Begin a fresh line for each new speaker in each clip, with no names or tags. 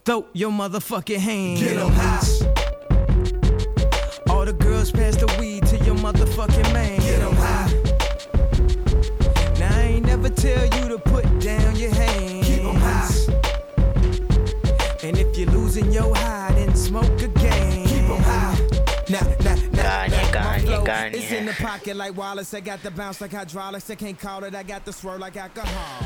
Throw your motherfucking hands. Get 'em high. All the girls pass the weed to your motherfucking man. Get 'em high. Now I ain't never tell you to put down your hands. Keep 'em high. And if you're losing your high, then smoke again. Keep 'em high.
Caña.
It's in the pocket like Wallace. I got the bounce like hydraulics. I can't call it. I got the swirl like alcohol.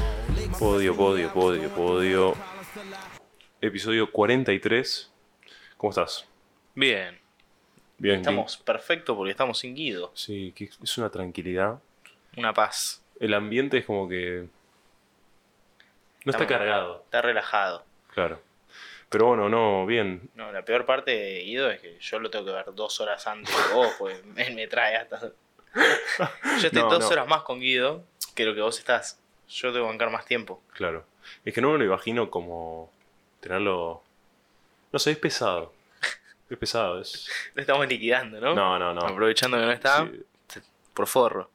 Podio. Episodio 43. ¿Cómo estás?
Bien.
Bien.
Estamos perfectos porque estamos sin Guido.
Sí, que es una tranquilidad.
Una paz.
El ambiente es como que... No está cargado.
Está relajado.
Claro. Pero bueno, no, bien.
No, la peor parte de Guido es que yo lo tengo que ver 2 horas antes de vos, pues él me trae hasta... Yo estoy 2 horas más con Guido que lo que vos estás. Yo tengo que bancar más tiempo.
Claro. Es que no me lo imagino como tenerlo... No sé, es pesado. Es pesado, es...
Lo estamos liquidando, ¿no?
No.
Aprovechando que no está,
Sí.
por forro.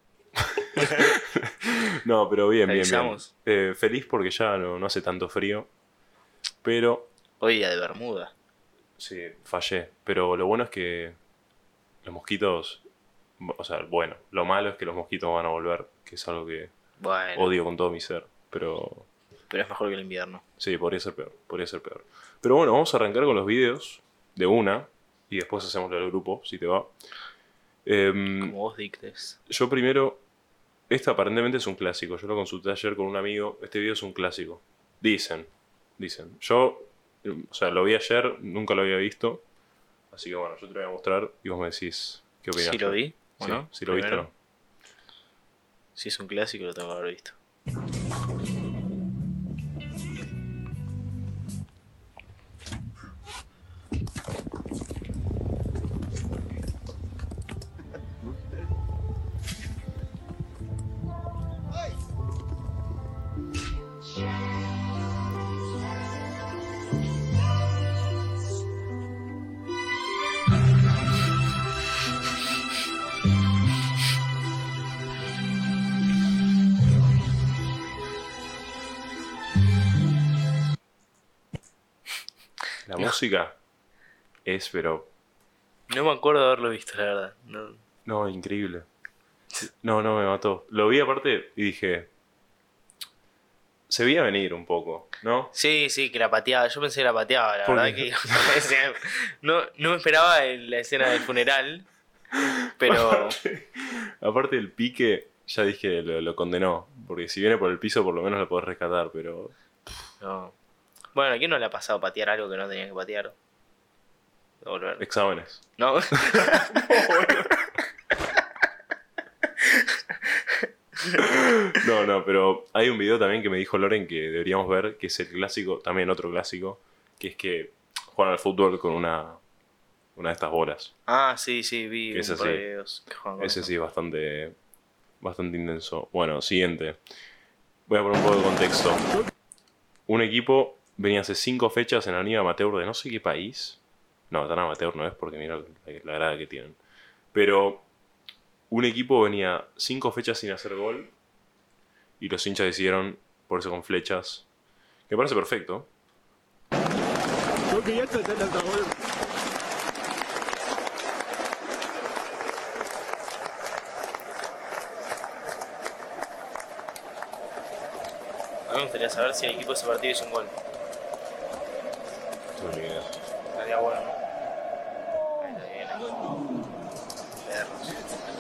No, pero bien.
Avisamos.
Feliz porque ya no hace tanto frío. Pero...
Hoy día de Bermuda.
Sí, fallé. Pero lo bueno es que los mosquitos... O sea, bueno, lo malo es que los mosquitos van a volver, que es algo que
Bueno,
odio con todo mi ser. Pero
es mejor que el invierno.
sí, podría ser peor. Pero bueno, vamos a arrancar con los videos de una. Y después hacemos lo del grupo, si te va.
Como vos dictes.
Yo primero... Este aparentemente es un clásico. Yo lo consulté ayer con un amigo. Este video es un clásico. Dicen. Yo... O sea, lo vi ayer, nunca lo había visto. Así que bueno, yo te lo voy a mostrar y vos me decís qué opinás.
¿Sí lo vi o
Sí,
no?
si lo viste o no.
Si es un clásico lo tengo que haber visto.
La música es, pero...
No me acuerdo de haberlo visto, la verdad.
No, increíble. No, me mató. Lo vi aparte y dije... Se veía venir un poco, ¿no?
Sí, que la pateaba. Yo pensé que la pateaba, la
¿Por
verdad
qué?
que... no me esperaba la escena del funeral, pero...
Aparte del pique, ya dije, lo condenó. Porque si viene por el piso, por lo menos lo podés rescatar, pero...
No. Bueno, ¿a quién no le ha pasado patear algo que no tenía que patear? Volver.
Exámenes.
¿No?
No, pero hay un video también que me dijo Loren que deberíamos ver, que es el clásico, también otro clásico, que es que juegan al fútbol con una de estas bolas.
Ah, sí, vi
Que es
un par
así.
de videos que juegan con
Ese
eso.
sí, bastante intenso. Bueno, siguiente. Voy a poner un poco de contexto. Un equipo venía hace 5 fechas en la liga amateur de no sé qué país. No, tan amateur no es porque mira la grada que tienen. Pero un equipo venía 5 fechas sin hacer gol y los hinchas decidieron ponerse con flechas. Que me parece perfecto.
A mí me gustaría saber si el equipo de ese partido hizo un gol.
No tengo ni idea.
Estaría bueno, ¿no? Ahí está bien. Perros.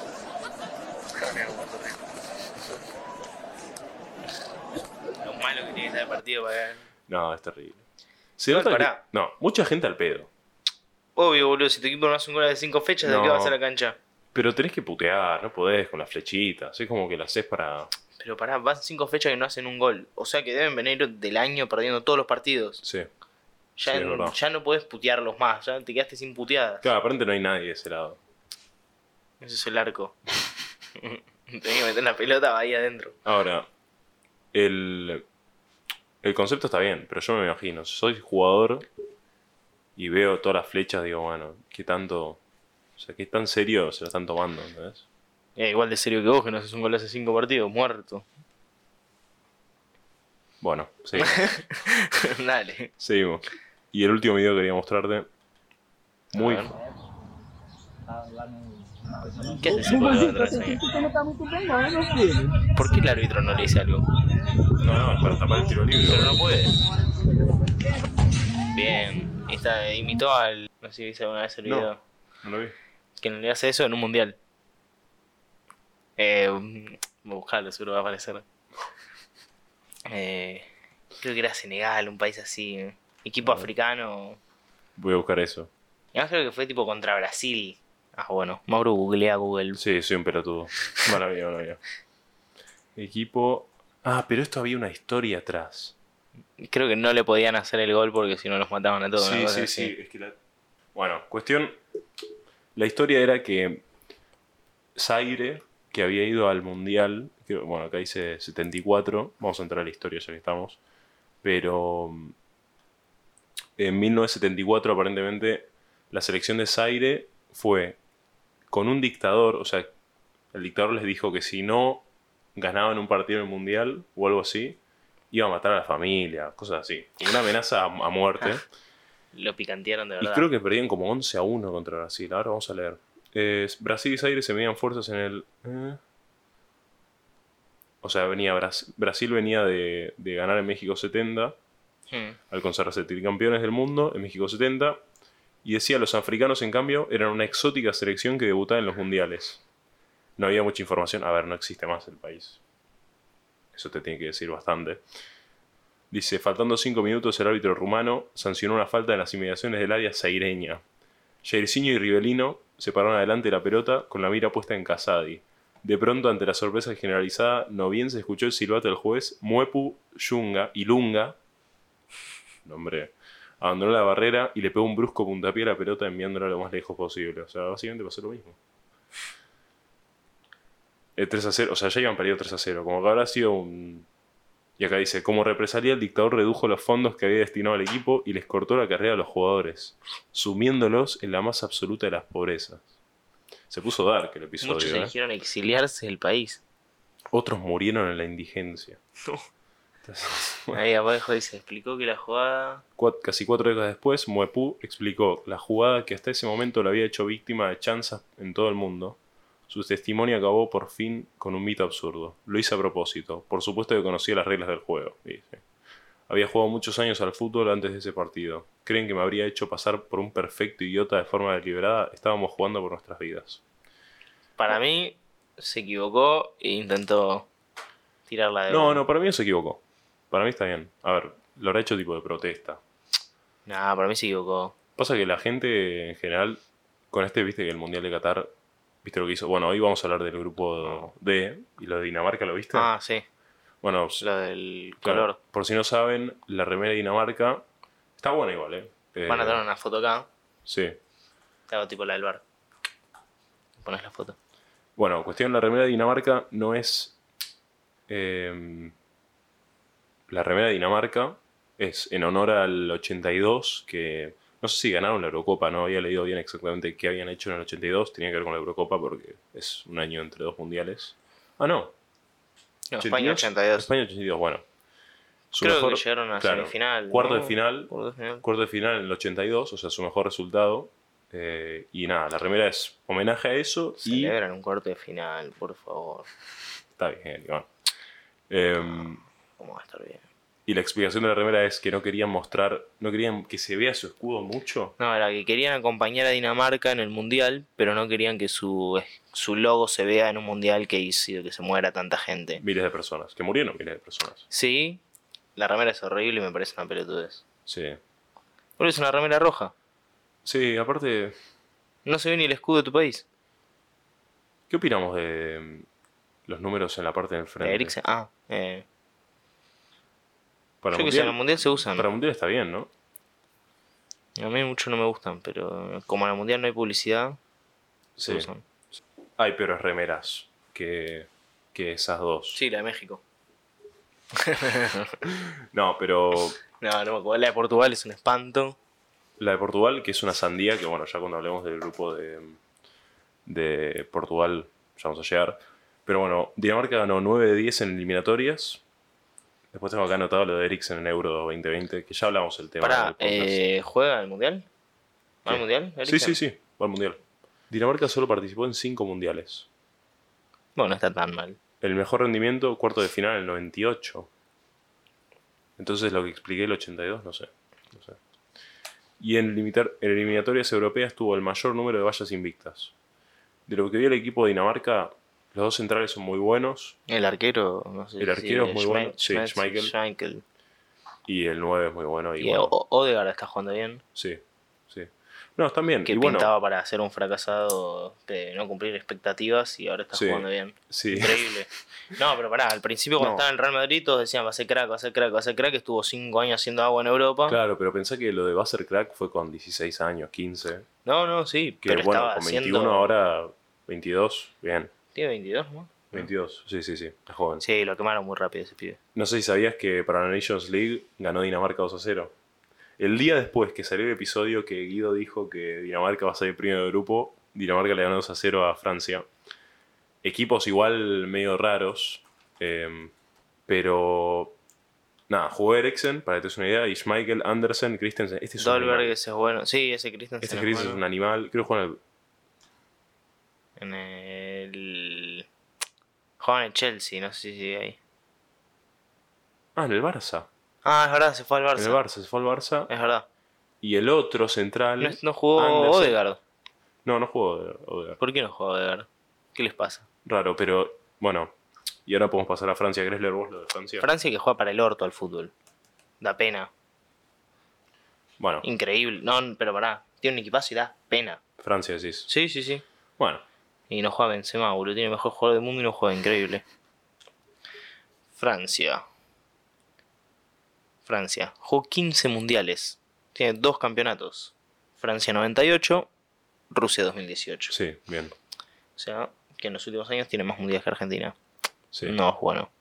Lo malo que tiene que estar el partido para ver.
No, es terrible. Se
No,
nota que...
pará.
No, mucha gente al pedo.
Obvio, boludo, si tu equipo no hace un gol de 5 fechas, ¿de
No.
qué vas a la cancha?
Pero tenés que putear, no podés con las flechitas. Es como que las haces para...
Pero pará, van 5 fechas que no hacen un gol. O sea que deben venir del año perdiendo todos los partidos.
Sí.
Ya,
Sí, es verdad.
ya no podés putearlos más, ya te quedaste sin puteadas.
Claro, aparentemente no hay nadie de ese lado.
Ese es el arco. Tenés que meter la pelota ahí adentro.
Ahora, el concepto está bien, pero yo me imagino, si soy jugador y veo todas las flechas, digo, bueno, ¿qué tanto? O sea, ¿qué tan serio se lo están tomando? ¿Entendés?
Igual de serio que vos, que no haces un gol hace 5 partidos, muerto.
Bueno, seguimos.
Dale.
Seguimos. Y el último video que quería mostrarte. Muy.
A ver. ¿Qué hace ese boludo detrás de mí? ¿Por qué el árbitro no le dice algo?
No, es para tapar el tiro libre.
Pero no puede. Bien. Imitó al... No sé si viste alguna vez el video.
No lo vi.
Que le hace eso en un mundial. Buscarlo, seguro va a aparecer. Creo que era Senegal, un país así. Equipo africano.
Voy a buscar eso.
Y además creo que fue tipo contra Brasil. Ah, bueno. Mauro googlea Google.
Sí, soy un pelotudo. Maravilla. Equipo... Ah, pero esto había una historia atrás.
Creo que no le podían hacer el gol porque si no los mataban a todos.
Sí. Es que Bueno, cuestión... La historia era que Zaire, que había ido al Mundial, que, bueno, acá dice 74, vamos a entrar a la historia ya que estamos, pero en 1974 aparentemente la selección de Zaire fue con un dictador, o sea, el dictador les dijo que si no ganaban un partido en el Mundial o algo así, iba a matar a la familia, cosas así, una amenaza a muerte.
Lo picantearon de verdad.
Y creo que perdían como 11-1 contra Brasil. Ahora vamos a leer. Brasil y Zaire se medían fuerzas en el... O sea, Brasil venía de ganar en México 70, al consagrarse tricampeones del mundo en México 70. Y decía, los africanos, en cambio, eran una exótica selección que debutaba en los mundiales. No había mucha información. A ver, no existe más el país. Eso te tiene que decir bastante. Dice, faltando 5 minutos, el árbitro rumano sancionó una falta en las inmediaciones del área zaireña. Jairzinho y Rivelino se pararon adelante de la pelota con la mira puesta en Casadi. De pronto, ante la sorpresa generalizada, no bien se escuchó el silbato del juez, Mwepu Ilunga, nombre, abandonó la barrera y le pegó un brusco puntapié a la pelota enviándola lo más lejos posible. O sea, básicamente pasó lo mismo. El 3-0, o sea, ya iban perdido 3-0, como que habrá sido un... Y acá dice, como represalia el dictador redujo los fondos que había destinado al equipo y les cortó la carrera a los jugadores, sumiéndolos en la más absoluta de las pobrezas. Se puso dark el episodio.
Muchos eligieron exiliarse del país.
Otros murieron en la indigencia.
Ahí abajo dice, explicó que la jugada...
Casi 4 décadas después, Mwepu explicó la jugada que hasta ese momento lo había hecho víctima de chanzas en todo el mundo. Su testimonio acabó por fin con un mito absurdo. Lo hice a propósito. Por supuesto que conocía las reglas del juego. Dice. Había jugado muchos años al fútbol antes de ese partido. ¿Creen que me habría hecho pasar por un perfecto idiota de forma deliberada? Estábamos jugando por nuestras vidas.
Para mí, se equivocó e intentó tirarla de...
No, para mí no se equivocó. Para mí está bien. A ver, lo habrá hecho tipo de protesta.
Nah, para mí se equivocó.
Pasa que la gente en general, con viste que el Mundial de Qatar... ¿Viste lo que hizo? Bueno, hoy vamos a hablar del grupo D y lo de Dinamarca, ¿lo viste?
Ah, sí.
Bueno,
lo del
claro,
color.
Por si no saben, la remera de Dinamarca está buena igual,
Van a tener una foto acá.
Sí.
Te hago tipo la del bar. Pones la foto.
Bueno, cuestión, la remera de Dinamarca no es... la remera de Dinamarca es en honor al 82, que... No sé si ganaron la Eurocopa, no había leído bien exactamente qué habían hecho en el 82. Tenía que ver con la Eurocopa porque es un año entre dos mundiales. Ah, no.
No, España 82.
España 82, bueno.
Creo que llegaron a semifinal.
Cuarto
¿no?
de final. Cuarto de final en el 82, o sea, su mejor resultado. Y nada, la remera es homenaje a eso.
Celebran un cuarto de final, por favor.
Está bien, Iván.
¿Cómo va a estar bien?
Y la explicación de la remera es que no querían que se vea su escudo mucho.
No, era que querían acompañar a Dinamarca en el mundial, pero no querían que su logo se vea en un mundial que hizo que se muera tanta gente.
Miles de personas, que murieron miles de personas.
Sí, la remera es horrible y me parece una pelotudez.
Sí.
Pero es una remera roja.
Sí, aparte...
No se ve ni el escudo de tu país.
¿Qué opinamos de los números en la parte del frente?
¿De Eriksen?
Para
yo que sé, en el mundial se usan.
Para el mundial está bien, ¿no?
A mí mucho no me gustan, pero como en el mundial no hay publicidad, se usan.
Hay peores remeras que esas dos.
Sí, la de México.
No, pero...
No me acuerdo. La de Portugal es un espanto.
La de Portugal, que es una sandía, que bueno, ya cuando hablemos del grupo de Portugal ya vamos a llegar. Pero bueno, Dinamarca ganó 9 de 10 en eliminatorias. Después tengo acá anotado lo de Eriksen en Euro 2020, que ya hablamos del tema.
Pará,
en el podcast.
¿juega el Mundial? ¿Va al
¿Qué?
Mundial?
Sí,
Eriksen?
sí, va al Mundial. Dinamarca solo participó en 5 mundiales.
Bueno, no está tan mal.
El mejor rendimiento, cuarto de final en el 98. Entonces lo que expliqué el 82, no sé. Y en eliminatorias europeas tuvo el mayor número de vallas invictas. De lo que vio el equipo de Dinamarca, los dos centrales son muy buenos.
El arquero, no sé.
El arquero es muy bueno. Sí, Schmeichel.
Schmeichel.
Y el 9 es muy bueno. Y
Y
bueno,
Odegaard está jugando bien.
sí. No, están bien.
Que
Y bueno,
pintaba para ser un fracasado de no cumplir expectativas y ahora está
Sí.
jugando bien.
sí.
Increíble. No, pero pará, al principio cuando
No.
estaba en el Real Madrid todos decían va a ser crack, va a ser crack, va a ser crack. Estuvo 5 años haciendo agua en Europa.
Claro, pero pensá que lo de Basser Crack fue con 16 años, 15.
No, sí,
Que
pero
bueno,
estaba
con 21
haciendo...
ahora 22, bien.
¿Tiene 22, no?
22, sí, es joven.
Sí, lo quemaron muy rápido ese pibe.
No sé si sabías que para la Nations League ganó Dinamarca 2-0. El día después que salió el episodio que Guido dijo que Dinamarca va a salir primero de grupo, Dinamarca le ganó 2-0 a Francia. Equipos igual medio raros, pero nada, jugó Eriksen, para que te des una idea, y Schmeichel, Andersen, Christensen. Este es un
Dolberg
animal.
ese es bueno. Sí, ese Christensen
Este
es
Christensen es
bueno.
un animal. Creo que juega en el...
En el... Juega en el Chelsea, no sé si sigue ahí.
Ah, en el Barça.
Ah, es verdad, se fue al Barça.
En el Barça, se fue al Barça.
Es verdad.
Y el otro central...
No jugó
Andersen.
Odegaard.
No jugó Odegaard.
¿Por qué no jugó Odegaard? ¿Qué les pasa?
Raro, pero bueno. Y ahora podemos pasar a Francia. ¿Querés leer vos lo de Francia?
Francia que juega para el orto al fútbol. Da pena.
Bueno,
Increíble. No, pero pará. Tiene un equipazo y da pena.
Francia decís.
Sí.
Bueno,
Y no juega Benzema, boludo. Tiene el mejor jugador del mundo y no juega increíble. Francia. Jugó 15 mundiales. Tiene 2 campeonatos. Francia 98, Rusia 2018.
sí, bien.
O sea, que en los últimos años tiene más mundiales que Argentina.
Sí.
No, bueno.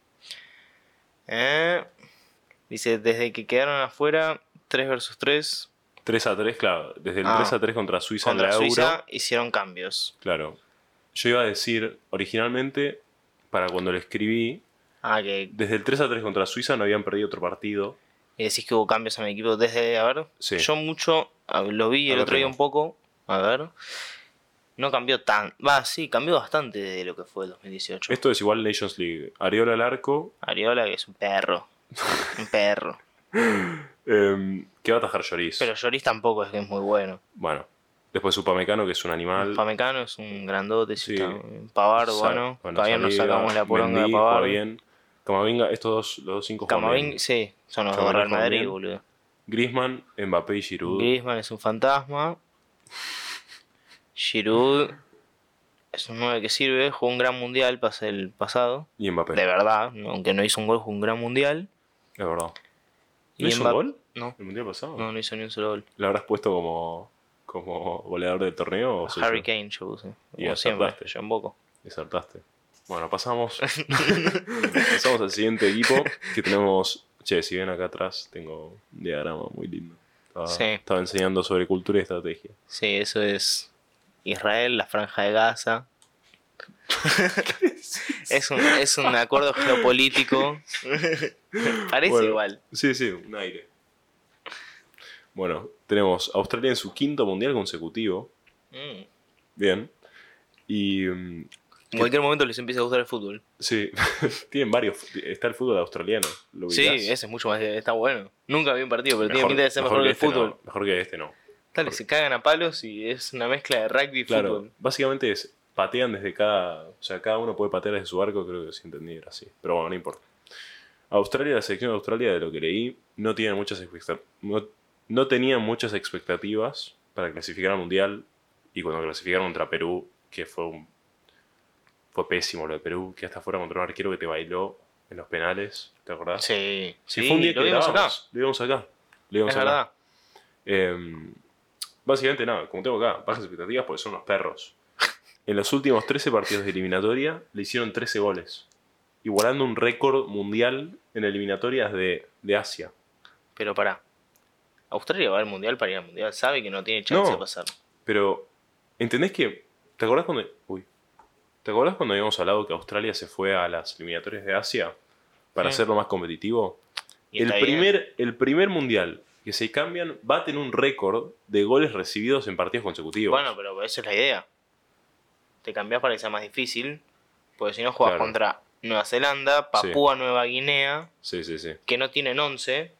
Dice, desde que quedaron afuera, 3 versus 3
3-3, claro. Desde el 3-3 contra Suiza
contra
en la Euro.
Suiza hicieron cambios.
Claro. Yo iba a decir, originalmente, para cuando lo escribí,
Que
desde el 3-3 contra Suiza no habían perdido otro partido.
y decís que hubo cambios en mi equipo desde, a ver,
Sí.
yo mucho, lo vi el
Acá
otro día
tengo.
un poco, a ver, no cambió tan, sí, cambió bastante de lo que fue el 2018.
Esto es igual Nations League. Ariola al arco.
Ariola, que es un perro, un perro,
Que va a atajar Lloris.
pero Lloris tampoco es que es muy bueno.
Bueno. Después Upamecano, que es un animal.
Pamecano es un grandote,
Sí.
Pavard,
Sa-
todavía no
Saliba,
sacamos la poronga de
Mendy, juega
Pavard.
bien. Camavinga, los dos 5 juegan
Camavinga,
bien.
sí, son los de
Camavinga
Real
juega
Madrid,
bien.
boludo.
Griezmann, Mbappé y Giroud.
Griezmann es un fantasma. Giroud es un 9 que sirve, jugó un gran mundial el pasado.
Y Mbappé.
De verdad, aunque no hizo un gol, jugó un gran mundial.
Es verdad.
Y
¿No hizo un
Mbappé-
gol?
No,
¿El mundial pasado?
no hizo ni un solo gol.
¿Lo habrás puesto como goleador del torneo? O soy
Harry
yo?
Kane yo puse.
Y
Como siempre,
acertaste.
yo en Boco.
Desertaste. Bueno, pasamos. Pasamos al siguiente equipo. Que tenemos. Che, si ven acá atrás, tengo un diagrama muy lindo.
Sí.
Estaba enseñando sobre cultura y estrategia.
Sí, eso es Israel, la franja de Gaza. es un acuerdo geopolítico. Parece
Bueno,
igual.
Sí, un aire. Bueno, tenemos Australia en su 5º mundial consecutivo.
Mm.
Bien. Y.
En cualquier momento les empieza a gustar el fútbol.
Sí, tienen varios. Está el fútbol australiano. ¿Lo
Sí,
ubicás?
ese es mucho más. Está bueno. Nunca vi un partido, pero tiene pinta de ser mejor que el
este
fútbol.
no, mejor que este no.
Dale, se cagan a palos y es una mezcla de rugby y
Claro,
fútbol.
básicamente patean desde cada. O sea, cada uno puede patear desde su arco, creo que si entendí era así. Pero bueno, no importa. Australia, la selección de Australia, de lo que leí, no tiene no tenían muchas expectativas para clasificar al mundial. Y cuando clasificaron contra Perú, que fue pésimo lo de Perú, que hasta fuera contra un arquero que te bailó en los penales, ¿te acordás?
Sí,
Sí, fue un día
lo
que
vimos acá.
Lo vimos acá. Lo vimos
Es
acá.
verdad.
Básicamente nada, como tengo acá, bajas expectativas porque son unos perros. En los últimos 13 partidos de eliminatoria le hicieron 13 goles, igualando un récord mundial en eliminatorias de Asia.
Pero pará. Australia va al mundial para ir al mundial. Sabe que no tiene chance
No.
de pasar.
Pero, ¿entendés que... ¿Te acordás cuando habíamos hablado que Australia se fue a las eliminatorias de Asia para hacerlo más competitivo.
Y está bien.
El primer mundial que se cambian va a tener un récord de goles recibidos en partidos consecutivos.
Bueno, pero esa es la idea. Te cambiás para que sea más difícil. Porque si no juegas
Claro.
contra Nueva Zelanda, Papúa Nueva Guinea,
Sí.
que no tienen 11.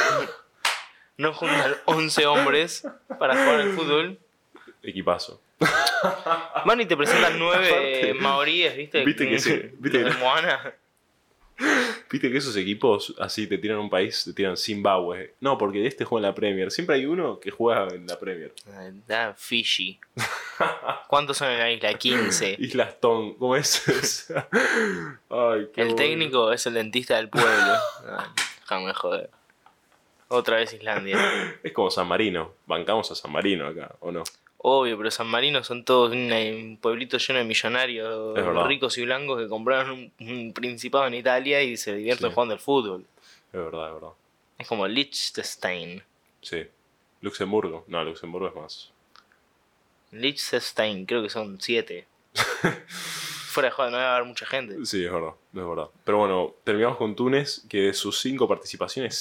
No juntan 11 hombres para jugar al fútbol.
Equipazo.
Van y te presentan 9
Aparte,
maoríes, ¿viste?
viste que
Los de Moana.
Viste que esos equipos así te tiran un país, te tiran Zimbabue. No, porque este juega en la Premier. Siempre hay uno que juega en la Premier.
Da Fiji. ¿Cuántos son en la isla? 15.
Islas Tonga, ¿cómo es? Ay, qué
El
bueno.
técnico es el dentista del pueblo. Ay, déjame joder. Otra vez Islandia.
Es como San Marino. Bancamos a San Marino acá, ¿o no?
Obvio, pero San Marino son todos un pueblito lleno de millonarios
Es verdad.
ricos y blancos que compraron un principado en Italia y se divierten
Sí.
jugando al fútbol.
Es verdad, es verdad.
Es como Liechtenstein.
Sí. Luxemburgo. No, Luxemburgo es más.
Liechtenstein, creo que son 7. Fuera de juego, no va a haber mucha gente.
Sí, es verdad, es verdad. Pero bueno, terminamos con Túnez, que de sus 5 participaciones,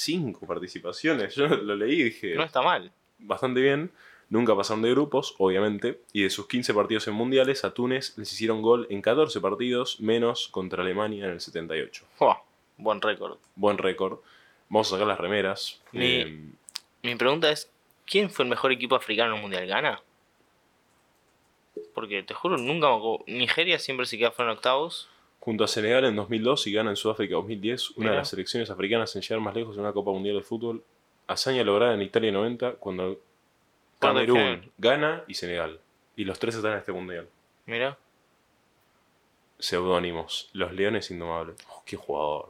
yo lo leí y dije,
No está mal.
bastante bien. Nunca pasaron de grupos, obviamente. Y de sus 15 partidos en mundiales, a Túnez les hicieron gol en 14 partidos, menos contra Alemania en el 78.
Buah, buen récord.
Buen récord. Vamos a sacar las remeras.
Mi pregunta es, ¿quién fue el mejor equipo africano en el Mundial? ¿Ghana? Porque te juro, nunca me acuerdo. Nigeria siempre se queda fuera en octavos.
Junto a Senegal en 2002 y Ghana en Sudáfrica 2010, una de
Mira.
las selecciones africanas en llegar más lejos en una Copa Mundial de Fútbol. Hazaña lograda en Italia 90 cuando
¿Cuándo
Camerún,
quedan?
Ghana y Senegal. Y los tres están en este Mundial.
Mira.
Seudónimos. Los Leones Indomables. Oh, qué jugador.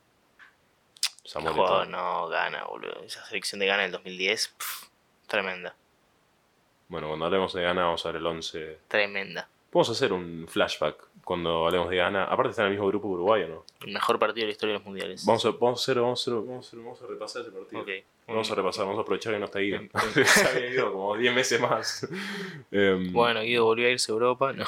Samuel
Joder,
Eto'o.
no, Ghana, boludo. Esa selección de Ghana del 2010, tremenda.
Bueno, cuando hablemos de Ghana vamos a ver el 11.
Tremenda.
Podemos hacer un flashback cuando hablemos de Ghana. Aparte está en el mismo grupo que Uruguay, ¿o no?
El mejor partido de la historia de los mundiales.
Vamos a repasar ese partido.
Ok.
Vamos a repasar, vamos a aprovechar que no está Guido.
Bien.
Se había ido como 10 meses más.
Bueno, Guido volvió a irse a Europa. No.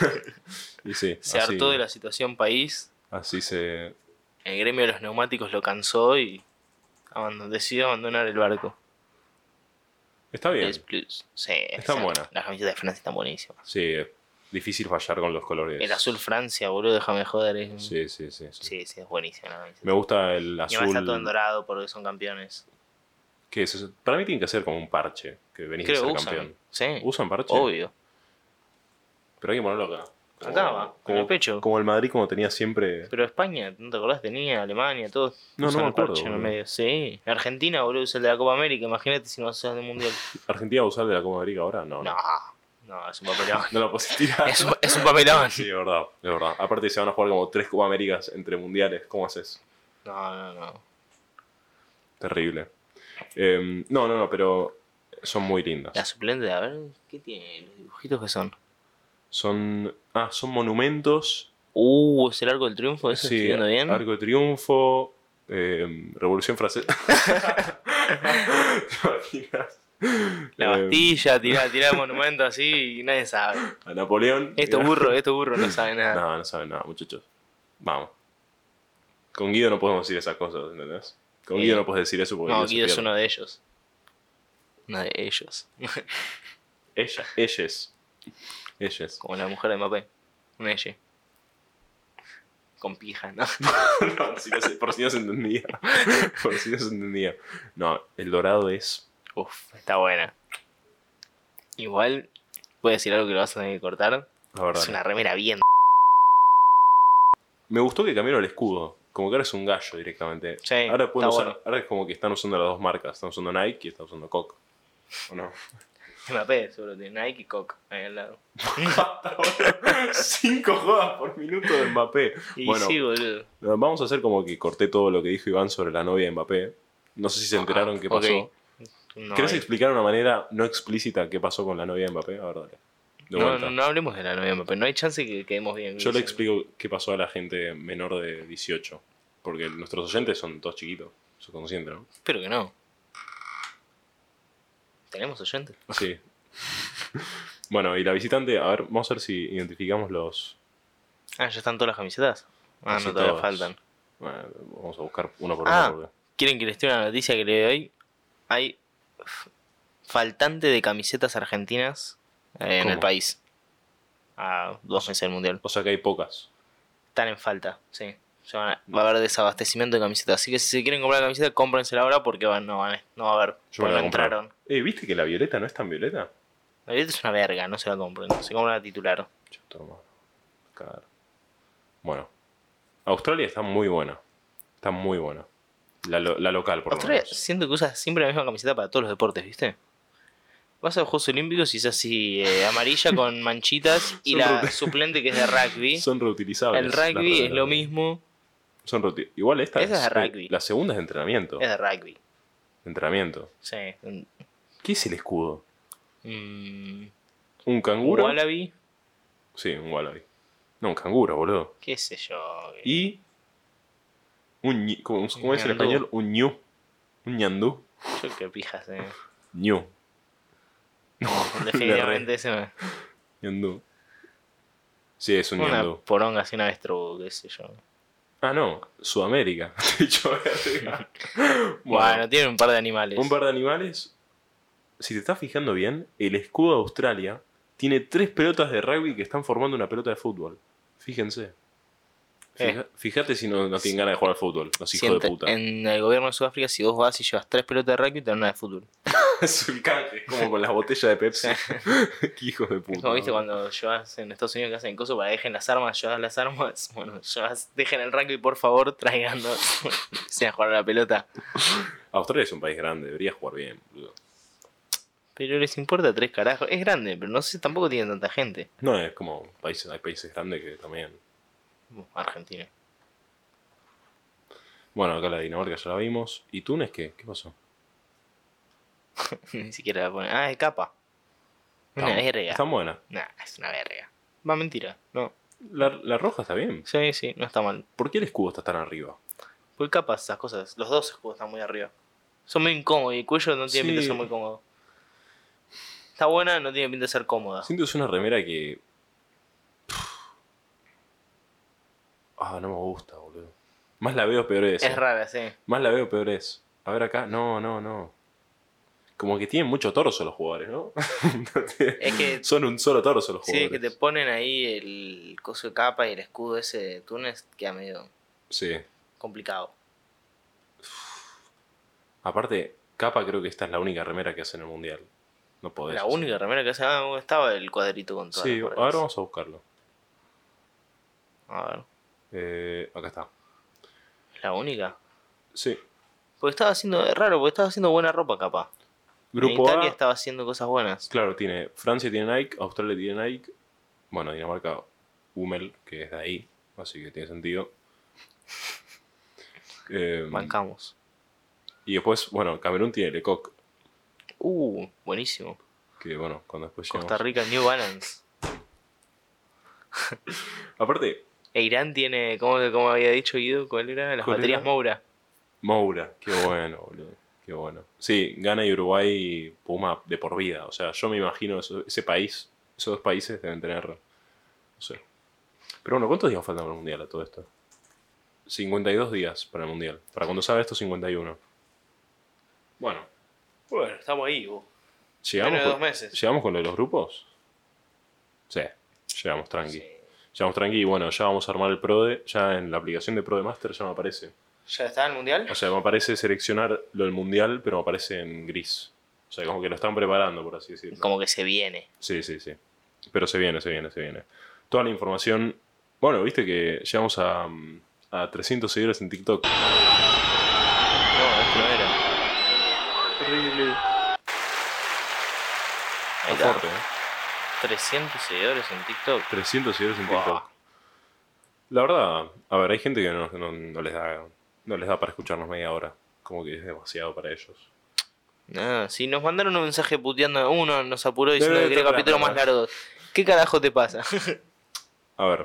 Y sí,
Se hartó de la situación país.
Así se...
El gremio de los neumáticos lo cansó y decidió abandonar el barco.
Está bien.
Es plus. Sí,
Están buenas.
Las camisetas de Francia están buenísimas.
Sí, es difícil fallar con los colores.
El azul Francia, boludo, déjame joder.
Sí.
Sí, es buenísima la camiseta.
Me gusta el
Y además está todo en
azul.
dorado porque son campeones.
¿Qué es eso? Para mí tiene que ser como un parche, que venís
Creo
de
que
ser
usan.
campeón.
Sí,
¿Usan parche?
obvio.
Pero hay que ponerlo acá.
Acá va, en el pecho.
Como el Madrid, como tenía siempre...
Pero España, ¿no te acordás? Tenía Alemania, todos.
No,
usan
no me
el parche
acuerdo,
en el
boludo.
medio. Sí. Argentina, boludo, usa el de la Copa América. Imagínate si no haces del mundial.
¿Argentina va a usar de la Copa América ahora? No.
No, es un papelón.
No lo puedes tirar.
es un papelón.
Sí, es verdad, es verdad. Aparte se van a jugar como 3 Copa Américas entre mundiales. ¿Cómo haces?
No.
Terrible. No, pero son muy lindas.
La suplente, a ver, ¿qué tiene? Los dibujitos que son.
Son monumentos.
Es el Arco del Triunfo, eso estoy
Sí,
viendo bien.
Arco de Triunfo, Revolución Francesa. ¿Te imaginas?
La Bastilla, tirá monumentos así y nadie sabe.
A Napoleón.
Estos burros no saben nada.
No saben nada, muchachos. Vamos. Con Guido no podemos decir esas cosas, ¿entendés? Con Guido no puedes decir eso porque
No,
se
Guido es
pierde.
uno de ellos. Uno de ellos.
Ellas.
Como la mujer de Mbappé. Un ella. Con pija, ¿no?
No, por si no se entendía. Por si no se entendía. No, el dorado es...
Uf, está buena. Igual, puedo decir algo que lo vas a tener que cortar.
La verdad.
Es una remera bien.
Me gustó que cambiaron el escudo. Como que ahora es un gallo directamente.
Sí,
ahora pueden
está
usar,
bueno.
ahora es como que están usando las dos marcas. Están usando Nike y están usando Coke. ¿O no?
Mbappé, seguro tiene Nike y Coke ahí al lado.
5 jodas por minuto de Mbappé.
Y
Bueno,
sí, boludo.
vamos a hacer como que corté todo lo que dijo Iván sobre la novia de Mbappé. No sé si se enteraron qué pasó.
Ok. No,
¿Querés explicar de una manera no explícita qué pasó con la novia de Mbappé? A ver, dale. De vuelta.
no hablemos de la novia de Mbappé. No hay chance que quedemos bien.
Yo le
Luciano.
explico qué pasó a la gente menor de 18. Porque nuestros oyentes son todos chiquitos. Soy consciente, ¿no?
Espero que no. ¿Tenemos oyentes?
Sí. Bueno, y la visitante, a ver, vamos a ver si identificamos los...
Ah, ya están todas las camisetas. Ah,
Casi
no, todavía
todas.
faltan.
Bueno, vamos a buscar uno por uno. Porque...
¿Quieren que les tire una noticia que le doy? Hay faltante de camisetas argentinas en
¿Cómo?
el país. A 2 meses del mundial.
O sea que hay pocas.
Están en falta, sí. Va a haber desabastecimiento de camisetas. Así que si se quieren comprar la camiseta, cómprensela ahora porque no va a haber.
Yo me la
Porque
voy a
no
comprar.
entraron.
¿Viste que la violeta no es tan violeta?
La violeta es una verga, no se la compren. Se compra la titular.
Chato, hermano. Claro. Bueno. Australia está muy buena. Está muy buena. La local, por lo
Australia,
menos.
siento que usa siempre la misma camiseta para todos los deportes, ¿viste? Vas a los Juegos Olímpicos y es así, amarilla con manchitas. Y
Son
la
rute-
suplente que es de rugby.
Son reutilizables.
El
las
rugby es
remeras.
lo mismo.
Igual esta
Esa es de rugby.
La segunda es de entrenamiento.
Es de rugby.
Entrenamiento.
Sí.
¿Qué es el escudo?
Mm,
¿Un canguro?
Wallaby.
Sí, un wallaby. No, un canguro, boludo.
Qué sé yo.
Y... ¿Cómo es en
ñandú.
español? Un ñu. Un ñandú.
Yo qué pijas,
ñu.
Definitivamente ese no.
Ñandú. Sí, es un
Una
ñandú.
poronga así, una avestruz, qué sé yo.
Ah, no. Sudamérica. Dicho verga.
Bueno, tiene un par de animales.
Un par de animales. Si te estás fijando bien, el escudo de Australia tiene 3 pelotas de rugby que están formando una pelota de fútbol. Fíjense. Fíjate si no tienen ganas de jugar al fútbol, los hijos de puta.
En el gobierno de Sudáfrica, si vos vas y llevas 3 pelotas de rugby, te dan una de fútbol.
Es el canje, como con las botellas de Pepsi. Qué hijos de puta.
Es como viste cuando llevas en Estados Unidos que hacen cosas para dejen las armas, llevas las armas. Bueno, dejen el rugby, por favor, traigannos. Sea a jugar a la pelota.
Australia es un país grande, debería jugar bien, boludo.
Pero les importa 3 carajos. Es grande, pero no sé, tampoco tienen tanta gente.
No, es como hay países grandes que también.
Argentina.
Bueno, acá la Dinamarca ya la vimos. ¿Y Túnez qué? ¿Qué pasó?
Ni siquiera la ponen. Ah, es capa. Una verga.
Están buenas.
Nah, es una verga. Va, mentira. No.
La roja está bien.
Sí, sí, no está mal.
¿Por qué el escudo está tan arriba?
Porque capas, esas cosas. Los dos escudos están muy arriba. Son muy incómodos y el cuello no tiene pinta de ser muy cómodo. Está buena, no tiene pinta de ser cómoda.
Siento que es una remera que... no me gusta, boludo. Más la veo, peor es.
Es rara, sí.
Más la veo, peor es. A ver acá. No. Como que tienen mucho torso los jugadores, ¿no?
Es que...
Son un solo torso los
Sí,
jugadores.
es que te ponen ahí el coso de capa y el escudo ese de Túnez, queda medio
Sí.
complicado.
Aparte, Capa creo que esta es la única remera que hace en el mundial. No podés.
La
hacer.
única remera que hace... estaba el cuadrito con todas
Sí,
las
ahora
correas.
vamos a buscarlo.
A ver,
Acá está.
¿es la única?
Sí.
Porque estaba haciendo... Es raro, porque estaba haciendo buena ropa, capaz.
Grupo
En Italia
A,
estaba haciendo cosas buenas.
claro, tiene Francia tiene Nike, Australia tiene Nike, bueno, Dinamarca, Hummel, que es de ahí, así que tiene sentido.
Bancamos.
Y después, bueno, Camerún tiene Lecoq,
Buenísimo.
que bueno, cuando después
Costa
llegamos...
Rica, New Balance.
Aparte,
E Irán tiene, como había dicho Guido, ¿cuál era? Las
¿Cuál
baterías
era?
Moura.
Moura, qué bueno, boludo, qué bueno. Sí, Ghana y Uruguay, Puma de por vida, o sea, yo me imagino ese país, esos dos países deben tener, no sé. Pero bueno, ¿cuántos días faltan para el Mundial a todo esto? 52 días para el Mundial. Para cuando salga esto, 51. Bueno,
Bueno, estamos ahí,
¿llegamos
Menos de
con,
2 meses.
¿llegamos con lo de los grupos? Sí, llegamos tranqui.
Sí.
Llegamos tranqui y bueno, ya vamos a armar el PRODE. Ya en la aplicación de PRODE Master ya me aparece.
¿Ya está en el Mundial?
O sea, me aparece seleccionar lo del Mundial, pero me aparece en gris. O sea, como que lo están preparando, por así decirlo.
Como que se viene.
Sí. Pero se viene. Toda la información... Bueno, viste que llegamos a 300 seguidores en TikTok.
No, esto no era.
Terrible.
Ahí
Está
está.
fuerte,
300 seguidores en TikTok.
300 seguidores en
Wow.
TikTok. La verdad, a ver, hay gente que no les da para escucharnos media hora. Como que es demasiado para ellos.
Ah, si nos mandaron un mensaje puteando, uno nos apuró diciendo que quería
espera,
capítulo más largo. ¿Qué carajo te pasa?
A ver.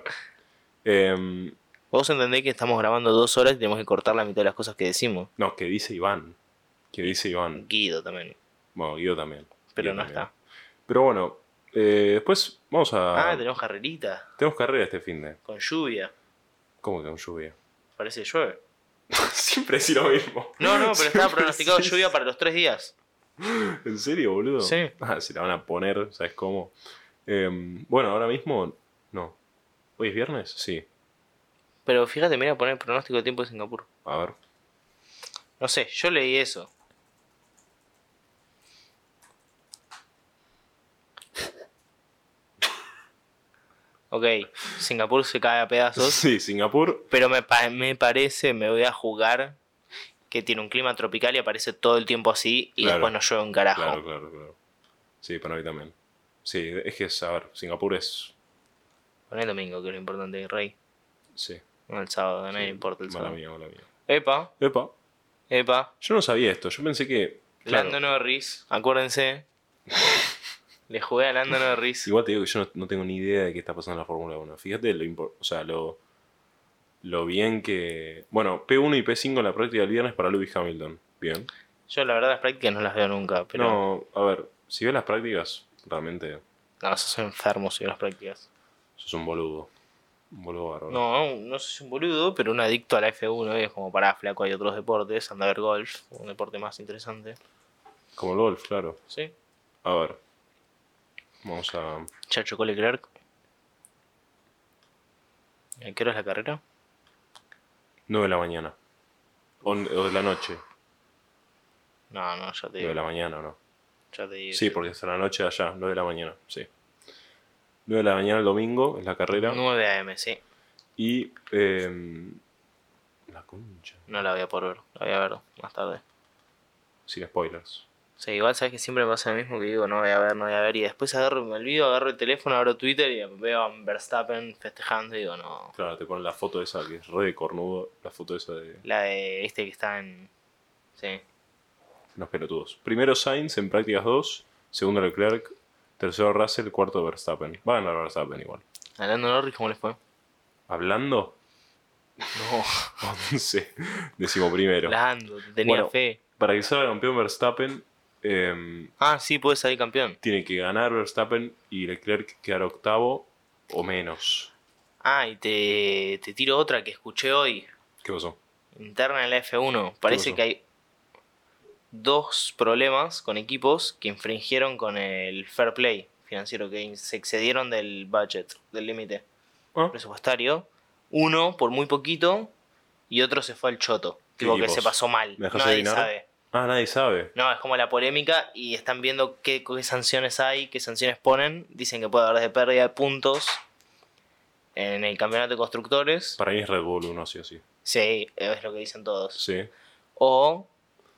Vos entendés que estamos grabando 2 horas y tenemos que cortar la mitad de las cosas que decimos.
No, que dice Iván.
Guido también.
Bueno, Guido también.
Pero
Guido
no
también.
está.
Pero bueno, después vamos a...
Tenemos carrerita.
Tenemos carrera este finde.
Con lluvia.
¿Cómo que con lluvia?
Parece que llueve.
Siempre decís lo mismo.
No, pero estaba
Siempre
pronosticado
decís-
lluvia para los 3 días.
¿En serio, boludo?
Sí.
Ah, si la van a poner, ¿sabes cómo? Bueno, ahora mismo, no. ¿Hoy es viernes? Sí.
Pero fíjate, mira, poner el pronóstico de tiempo de Singapur.
A ver.
No sé, yo leí eso. Ok, Singapur se cae a pedazos.
Sí, Singapur.
Pero me parece, me voy a jugar que tiene un clima tropical y aparece todo el tiempo así y
Claro.
después no llueve un carajo.
Claro. Sí, para mí también. Sí, es que a ver, Singapur es.
Pon el domingo, que es lo importante, Rey.
Sí.
No el sábado, a nadie le
Sí,
importa el sábado.
mala mía.
Epa,
Epa, yo no sabía esto. Yo pensé que. Claro,
Lando Norris, acuérdense. Le jugué a Lando Norris.
igual te digo que yo no tengo ni idea de qué está pasando en la Fórmula 1. Fíjate lo bien que. Bueno, P1 y P5 en la práctica del viernes para Lewis Hamilton. Bien.
Yo la verdad las prácticas no las veo nunca, pero
No, a ver, si ves las prácticas, realmente
no, sos enfermo si ves las prácticas.
sos un boludo. Un boludo bárbaro.
No soy un boludo, pero un adicto a la F1 es como para flaco, hay otros deportes, anda a ver golf, un deporte más interesante.
Como el golf, claro.
¿Sí?
A ver. Vamos a.
Ya chocó Leclerc. ¿A qué hora es la carrera?
9 de la mañana. O de la noche.
No, ya te
9
digo.
de la mañana o no.
Ya te digo.
Sí, porque es a la noche de allá, 9 de la mañana, sí. 9 de la mañana el domingo es la carrera.
9 AM, sí.
Y. La concha.
No la voy a poder ver, la voy a ver más tarde.
Sin spoilers.
Sí, igual sabes que siempre me pasa lo mismo que digo, no voy a ver, y después me olvido, agarro el teléfono, abro Twitter y veo a Verstappen festejando y digo, no.
Claro, te ponen la foto esa que es re de cornudo. La foto esa de
La de este que está en... Sí.
unos pelotudos. Primero Sainz en prácticas 2. Segundo Leclerc. Tercero Russell. Cuarto Verstappen. Va a ganar Verstappen igual.
Hablando de Norris, ¿cómo les fue?
Hablando.
No,
11. Décimo primero.
Lando, te tenía
Bueno.
fe.
Para que salga campeón Verstappen,
Ah, sí, puede salir campeón.
tiene que ganar Verstappen y Leclerc quedar octavo o menos.
Ah, y te tiro otra que escuché hoy,
¿Qué pasó?
interna en la F1. Parece
pasó?
que hay 2 problemas con equipos que infringieron con el fair play financiero, que se excedieron del budget, del límite
Ah,
presupuestario. Uno por muy poquito y otro se fue al choto.
¿Qué
Tipo que
equipos?
se pasó mal.
¿Me dejas
Nadie
adivinar?
sabe.
nadie sabe.
No, es como la polémica y están viendo qué sanciones hay, qué sanciones ponen. Dicen que puede haber de pérdida de puntos en el campeonato de constructores.
Para mí es Red Bull uno, sí o sí.
Sí, es lo que dicen todos.
Sí.
O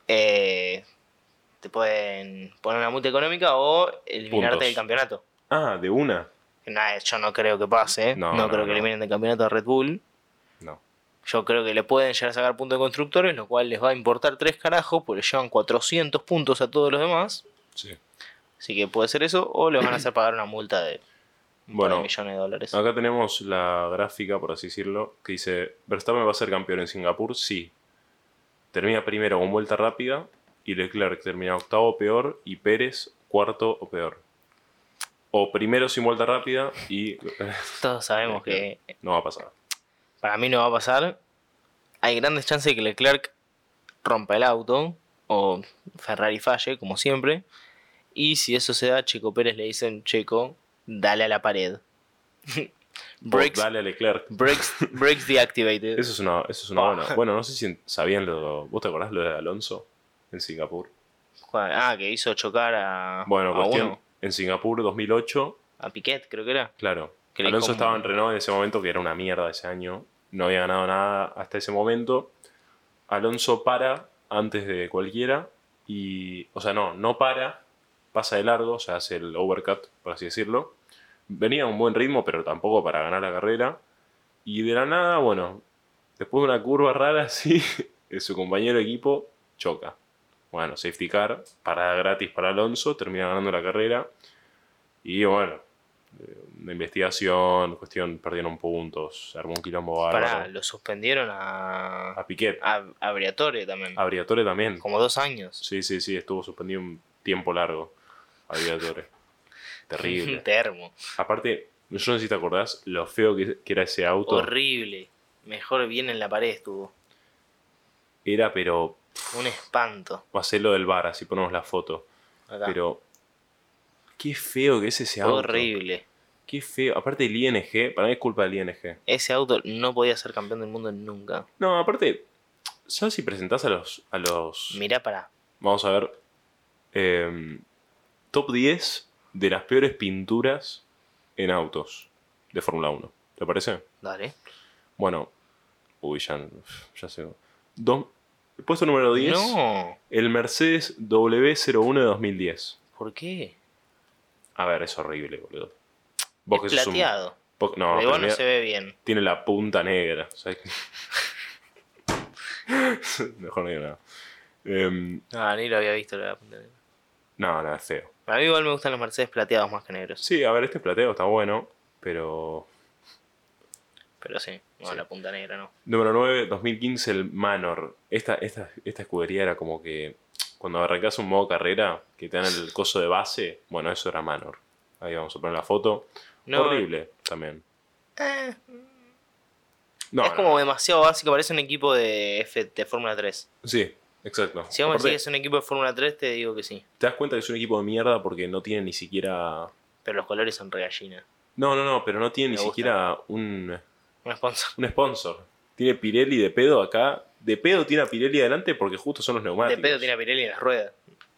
te pueden poner una multa económica o eliminarte
Puntos.
del campeonato.
Ah, de una.
Nada, yo no creo que pase.
No,
No,
no,
creo que
no.
eliminen del campeonato a Red Bull.
No.
Yo creo que le pueden llegar a sacar puntos de constructores, lo cual les va a importar 3 carajos, porque llevan 400 puntos a todos los demás.
Sí.
Así que puede ser eso, o les van a hacer pagar una multa de un par
Bueno,
de millones de dólares.
Acá tenemos la gráfica, por así decirlo, que dice: Verstappen va a ser campeón en Singapur, sí. Termina primero con vuelta rápida y Leclerc termina octavo o peor y Pérez cuarto o peor. O primero sin vuelta rápida y
Todos sabemos que
no va a pasar.
para mí no va a pasar. Hay grandes chances de que Leclerc rompa el auto o Ferrari falle, como siempre. Y si eso se da, Checo Pérez le dicen: Checo, dale a la pared.
Vos dale a Leclerc.
Brakes deactivated.
Eso es una buena. Bueno, no sé si sabían ¿Vos te acordás lo de Alonso en Singapur?
Ah, que hizo chocar a,
Bueno,
a
cuestión,
uno.
en Singapur 2008,
A Piquet, creo que era.
claro.
Que le
Alonso
com-
estaba en Renault en ese momento, que era una mierda ese año. No había ganado nada hasta ese momento. Alonso para antes de cualquiera y... O sea, no para, pasa de largo, o sea, hace el overcut, por así decirlo. Venía a un buen ritmo, pero tampoco para ganar la carrera. Y de la nada, bueno, después de una curva rara así, su compañero de equipo choca. Bueno, safety car, parada gratis para Alonso, termina ganando la carrera. Y bueno, de investigación, cuestión, perdieron puntos, se armó un quilombo bárbaro.
Pará, lo suspendieron a
A Piquet,
a Briatore también.
a Briatore también.
Como 2 años.
Sí, estuvo suspendido un tiempo largo a Briatore. Terrible.
Termo.
Aparte, yo no sé si te acordás lo feo que era ese auto.
Horrible. Mejor bien en la pared estuvo.
era, pero
Un espanto.
hacerlo del bar, así ponemos la foto.
Acá.
Pero qué feo que es ese auto.
Horrible.
Qué feo. Aparte del ING, para mí es culpa del ING.
Ese auto no podía ser campeón del mundo nunca.
No, aparte, ¿sabes si presentás a los
Mirá para.
vamos a ver, top 10 de las peores pinturas en autos de Fórmula 1? ¿Te parece?
Dale.
Bueno, uy, ya sé. Puesto número 10,
No.
el Mercedes W01 de 2010.
¿Por qué?
A ver, es horrible, boludo.
Es
que sos
plateado.
No,
Pero
pero
igual no
mira,
se ve bien.
tiene la punta negra. O sea, mejor no digo nada.
Ni lo había visto la punta negra.
No, nada, es feo.
A mí igual me gustan los Mercedes plateados más que negros.
Sí, a ver, este plateo está bueno, pero...
Pero sí, no,
Sí.
la punta negra no.
Número 9, 2015, el Manor. Esta escudería era como que cuando arrancás un modo carrera, que te dan el coso de base, bueno, eso era Manor. Ahí vamos a poner la foto.
No,
Horrible también.
eh,
No,
es como demasiado básico, parece un equipo de Fórmula 3.
Sí, exacto.
Si vos me
Aparte,
decís que es un equipo de Fórmula 3, te digo que sí.
te das cuenta que es un equipo de mierda porque no tiene ni siquiera...
Pero los colores son regallina.
No, pero no tiene
Me
ni
gusta.
siquiera un
Un sponsor.
sponsor. Tiene Pirelli de pedo acá. De pedo tiene a Pirelli adelante porque justo son los
De
neumáticos.
pedo tiene a Pirelli en las ruedas.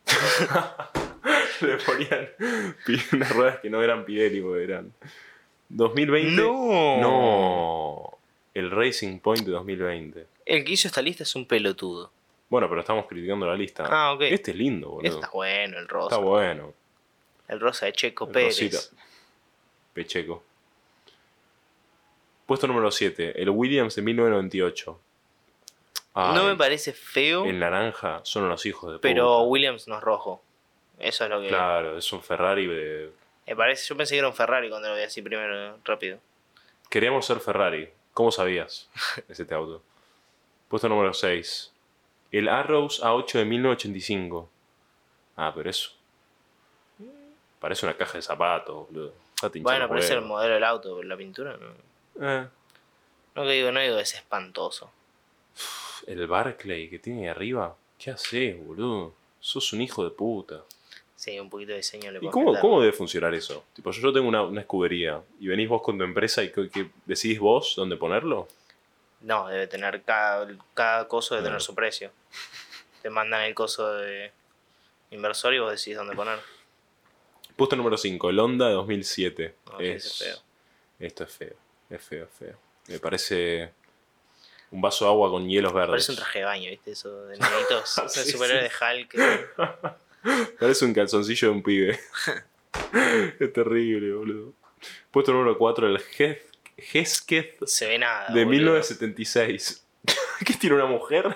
Le ponían unas ruedas que no eran Pirelli, porque eran 2020.
¡No!
No. El Racing Point de 2020.
El que hizo esta lista es un pelotudo.
Bueno, pero estamos criticando la lista.
Ah, ok.
Este es lindo, boludo.
Está bueno el rosa.
Está bueno.
El rosa de Checo
El
Pérez.
Rosita. Pecheco. Puesto número 7. El Williams de 1998. Ay,
No me parece feo,
el naranja son unos hijos de
pero
puta.
Williams no es rojo. Eso es lo que
Claro, es un Ferrari de...
me parece. Yo pensé que era un Ferrari cuando lo vi así primero, rápido.
Queríamos ser Ferrari. ¿Cómo sabías? Es este auto. Puesto número 6. El Arrows A8 de 1985. Ah, pero eso. Parece una caja de zapatos, boludo. Está hinchando
Bueno, pero ese es el
huevo.
modelo del auto, pero la pintura no. No digo, es espantoso.
El Barclay que tiene ahí arriba. ¿Qué haces, boludo? Sos un hijo de puta.
Sí, un poquito de diseño le
¿Y
puedo
cómo,
meter.
cómo debe funcionar eso? Tipo, yo tengo una escudería y venís vos con tu empresa y que decidís vos dónde ponerlo.
No, debe tener cada coso debe
Ah.
tener su precio. Te mandan el coso de inversor y vos decís dónde poner.
Puesto número 5, el Honda de 2007.
No, sí, ese es feo.
Esto es feo. Es feo, es feo. Me parece un vaso de agua con hielos verdes.
Parece un traje de baño, ¿viste? Eso de nenitos.
Sí,
El superhéroe de Hulk.
Parece un calzoncillo de un pibe. Es terrible, boludo. Puesto número 4, el Hesketh
Se ve nada.
de
boludo.
1976. ¿Qué tiene una mujer?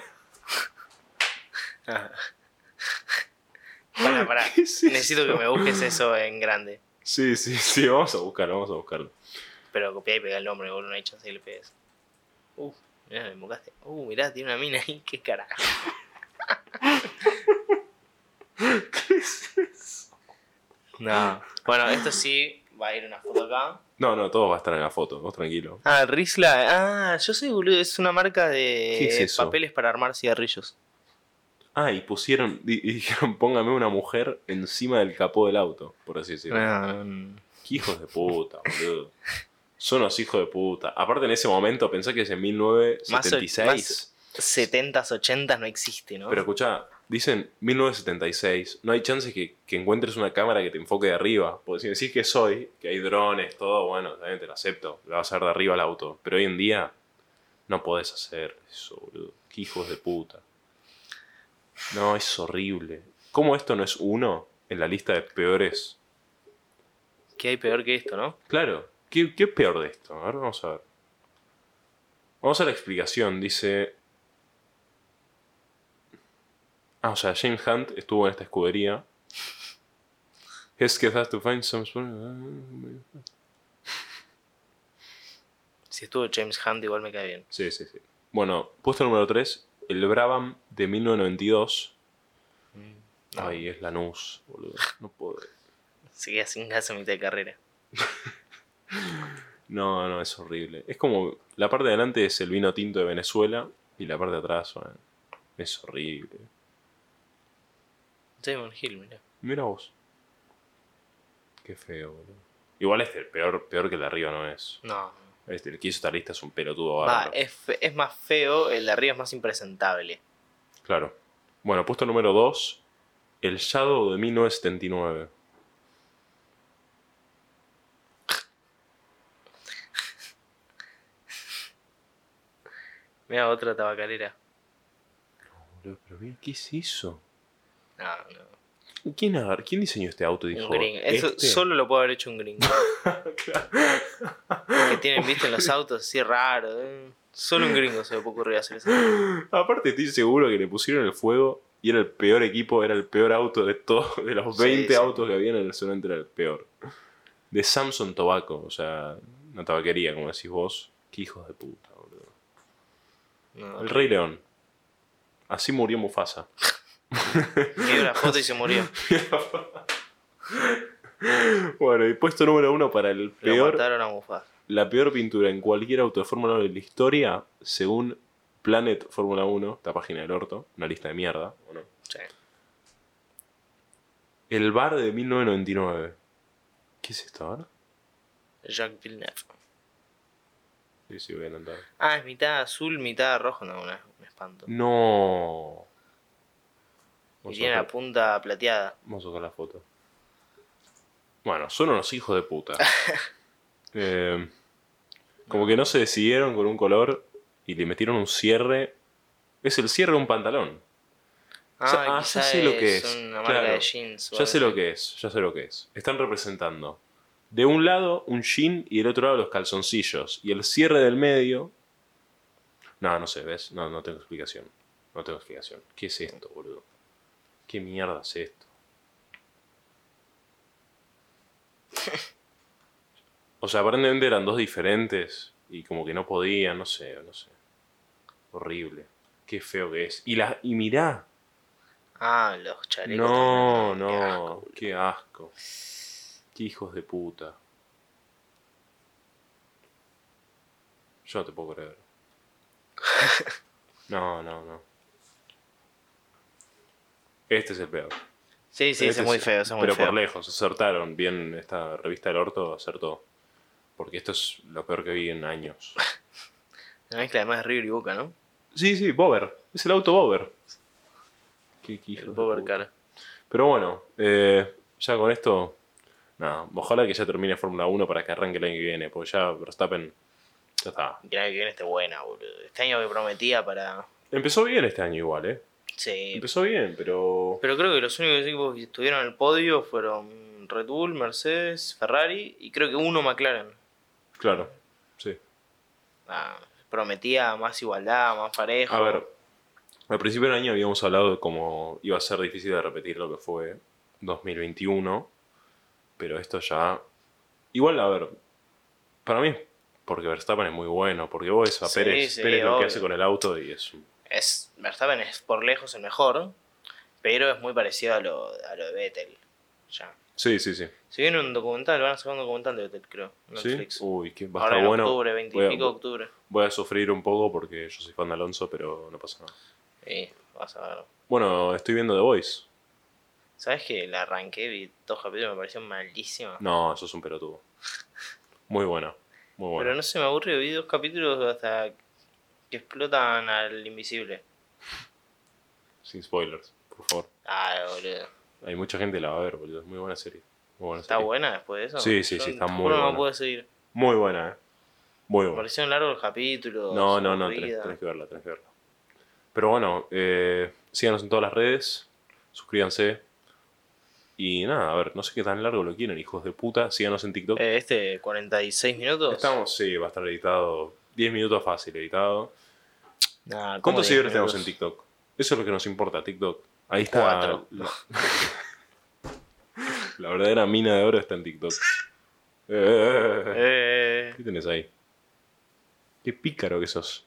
Pará.
¿Qué es eso?
Necesito que me busques eso en grande.
Sí, vamos a buscarlo.
Pero copiá y pegá el nombre, boludo. No hay chance que le pegues. Mirá, me invocaste. Mirá, tiene una mina ahí. Qué carajo.
¿Qué es eso?
No. Bueno, esto sí va a ir una foto acá.
No, todo va a estar en la foto, vos tranquilo.
Risla. Yo sé, boludo. Es una marca de
¿Qué es eso?
papeles para armar cigarrillos.
Ah, y pusieron, y dijeron, póngame una mujer encima del capó del auto, por así decirlo.
No.
Qué hijos de puta, boludo. Son los hijos de puta. Aparte en ese momento, pensá que es en 1976.
70s, 80s no existe, ¿no?
Pero escuchá, dicen 1976. No hay chance que encuentres una cámara que te enfoque de arriba. Porque si decís que soy, que hay drones, todo, bueno, también te lo acepto. Le vas a ver de arriba al auto. Pero hoy en día no podés hacer eso, boludo. Qué hijos de puta. No, es horrible. ¿Cómo esto no es uno en la lista de peores?
¿Qué hay peor que esto, no?
Claro, ¿qué es peor de esto? A ver, vamos a ver. Vamos a la explicación. Dice... o sea, James Hunt estuvo en esta escudería. Hesketh has to find some...
Si estuvo James Hunt, igual me cae bien.
Sí. Bueno, puesto número 3, el Brabham de 1992.
No.
Ay, es Lanús, boludo. No puedo...
Se queda sin gas a mitad de carrera.
No, es horrible. Es como... La parte de adelante es el vino tinto de Venezuela y la parte de atrás... Bueno, Es horrible.
Damon Hill, mirá.
Mira vos. Qué feo, boludo. Igual peor que el de arriba no es.
No.
El que hizo esta lista es un pelotudo
Va,
bárbaro.
es más feo, el de arriba es más impresentable.
Claro. Bueno, puesto número 2. El Shadow de 1979.
Mira, otra tabacalera.
Boludo, pero mira, ¿qué es eso?
No, no.
¿Quién diseñó este auto? Dijo,
Un gringo. Eso
¿este?
solo lo puede haber hecho un gringo. Que tienen, viste, en los autos así raro. Solo un gringo se le puede ocurrir hacer eso.
Aparte estoy seguro que le pusieron el fuego y era el peor equipo, era el peor auto de todos, de los 20
Sí.
autos que había en el restaurante era el peor. De Samson Tobacco, o sea, una tabaquería, como decís vos. Qué hijos de puta, boludo.
No,
El Rey León. Así murió Mufasa.
vio la foto y se murió.
Bueno, y puesto número 1 para el
Lo
peor,
mataron a Mufasa.
la peor pintura en cualquier auto de Fórmula 1 de la historia, según Planet Fórmula 1, esta página del orto, una lista de mierda, ¿o no?
Sí.
El bar de 1999. ¿Qué es esto ahora?
Jacques Villeneuve.
Sí, voy a anotar.
Ah, es mitad azul, mitad rojo. No, un espanto.
No.
Y
Vamos
tiene
a,
la punta plateada.
vamos a sacar la foto. Bueno, son unos hijos de puta. Como que no se decidieron con un color y le metieron un cierre. Es el cierre de un pantalón. Ya
quizás
sé lo que es.
una marca
Claro.
de jeans. o
Ya sé
algo
lo que es, ya sé lo que es. Están representando de un lado un jean y del otro lado los calzoncillos. Y el cierre del medio. No sé, ¿ves? No tengo explicación. No tengo explicación. ¿Qué es esto, boludo? ¿Qué mierda es esto? O sea, aparentemente eran dos diferentes y como que no podían, no sé. Horrible. Qué feo que es. Y mirá.
Ah, los chalecos.
No,
también. Qué asco, boludo.
qué asco. Qué hijos de puta. Yo no te puedo creer. No. Este es el peor.
Sí, ese
Este
es muy feo, ese es muy
pero
feo.
por lejos, acertaron bien esta revista del orto, acertó. Porque esto es lo peor que vi en años.
Una mezcla además de River y Boca, ¿no?
Sí, Bober. Es el auto Bober. Qué hijo
El
de
Bober
puta.
Car.
Pero bueno, ya con esto, nada, ojalá que ya termine Fórmula 1 para que arranque el año que viene, porque ya Verstappen, ya está.
Que el año que viene esté buena, boludo. Este año que prometía para...
Empezó bien este año igual,
Sí.
Empezó bien, pero...
Pero creo que los únicos equipos que estuvieron en el podio fueron Red Bull, Mercedes, Ferrari y creo que uno McLaren.
Claro, sí.
Prometía más igualdad, más parejo.
A ver, al principio del año habíamos hablado de cómo iba a ser difícil de repetir lo que fue 2021, pero esto ya... Igual, a ver, para mí, porque Verstappen es muy bueno, porque vos ves a
Sí,
Pérez,
sí,
Pérez lo que
obvio.
hace con el auto y es...
Verstappen es por lejos el mejor, pero es muy parecido a lo de Vettel. Ya.
Sí.
Si viene un documental, van a sacar un documental de Vettel, creo. en
¿Sí?
Netflix.
Uy, que va a
Ahora
estar
en
bueno.
octubre, 20
Voy
y
a-
pico de octubre.
Voy a sufrir un poco porque yo soy fan de Alonso, pero no pasa nada.
Y vas a ver.
Bueno, estoy viendo The Voice.
¿Sabes que la arranqué? Vi 2 capítulos, me pareció malísima.
No, eso es un pelotudo. Muy buena, muy buena.
Pero no se me aburrió, vi 2 capítulos hasta que explotan al invisible.
Sin spoilers, por favor.
Boludo.
Hay mucha gente que la va a ver, boludo. Es muy buena serie. Muy buena
¿Está
serie.
buena después de eso?
Sí,
Yo
está
te
muy
juro no
buena.
me pude seguir.
Muy buena, Muy
Me
buena.
parecieron largos los capítulos.
No,
aburrida.
tenés que verla. Pero bueno, síganos en todas las redes, suscríbanse. Y nada, a ver, no sé qué tan largo lo quieren, hijos de puta. Síganos en TikTok.
46 minutos.
Sí, va a estar editado. 10 minutos fácil editado.
Nah, ¿cómo
¿Cuántos
10
seguidores tenemos en
minutos?
TikTok? Eso es lo que nos importa, TikTok. Ahí está.
4.
La verdadera mina de oro está en TikTok. ¿Qué tenés ahí? Qué pícaro que sos.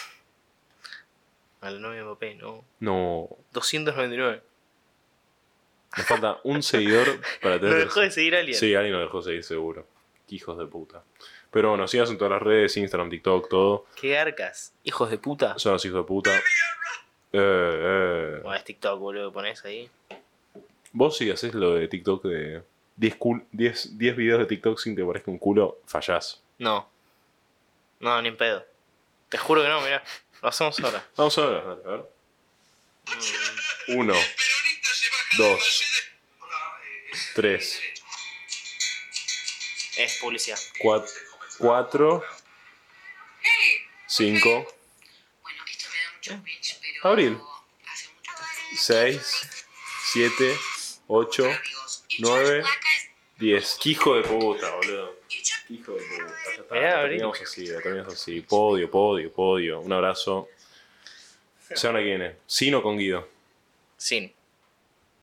A la novia de Mbappé, no.
No.
299.
Nos falta un seguidor para
¿Lo
tener.
dejó de seguir alguien?
Sí, alguien lo dejó seguir seguro. Qué hijos de puta. Pero bueno, sigas en todas las redes, Instagram, TikTok, todo.
¿Qué arcas? Hijos de puta.
Son los hijos de puta.
O es TikTok, boludo, pones ahí.
Vos si haces lo de TikTok de 10 videos de TikTok sin que te parezca un culo, fallás.
No. No, ni en pedo. Te juro que no, mirá. Lo hacemos ahora.
Vamos a ver, a ver. 1, 2, 3,
Es publicidad.
4, 5,
Bueno, esto me da mucho cringe, pero
Abril.
hace mucho
6, 7, 8,
amigos. Y
9,
Churraca es
10. ¡Qué hijo de puta, boludo! ¡Qué hijo de puta! Ya está,
Mirá,
lo
Abril.
terminamos así, lo terminamos así. Podio, podio, podio. Un abrazo. Semana que viene. Sin o con Guido.
Sin.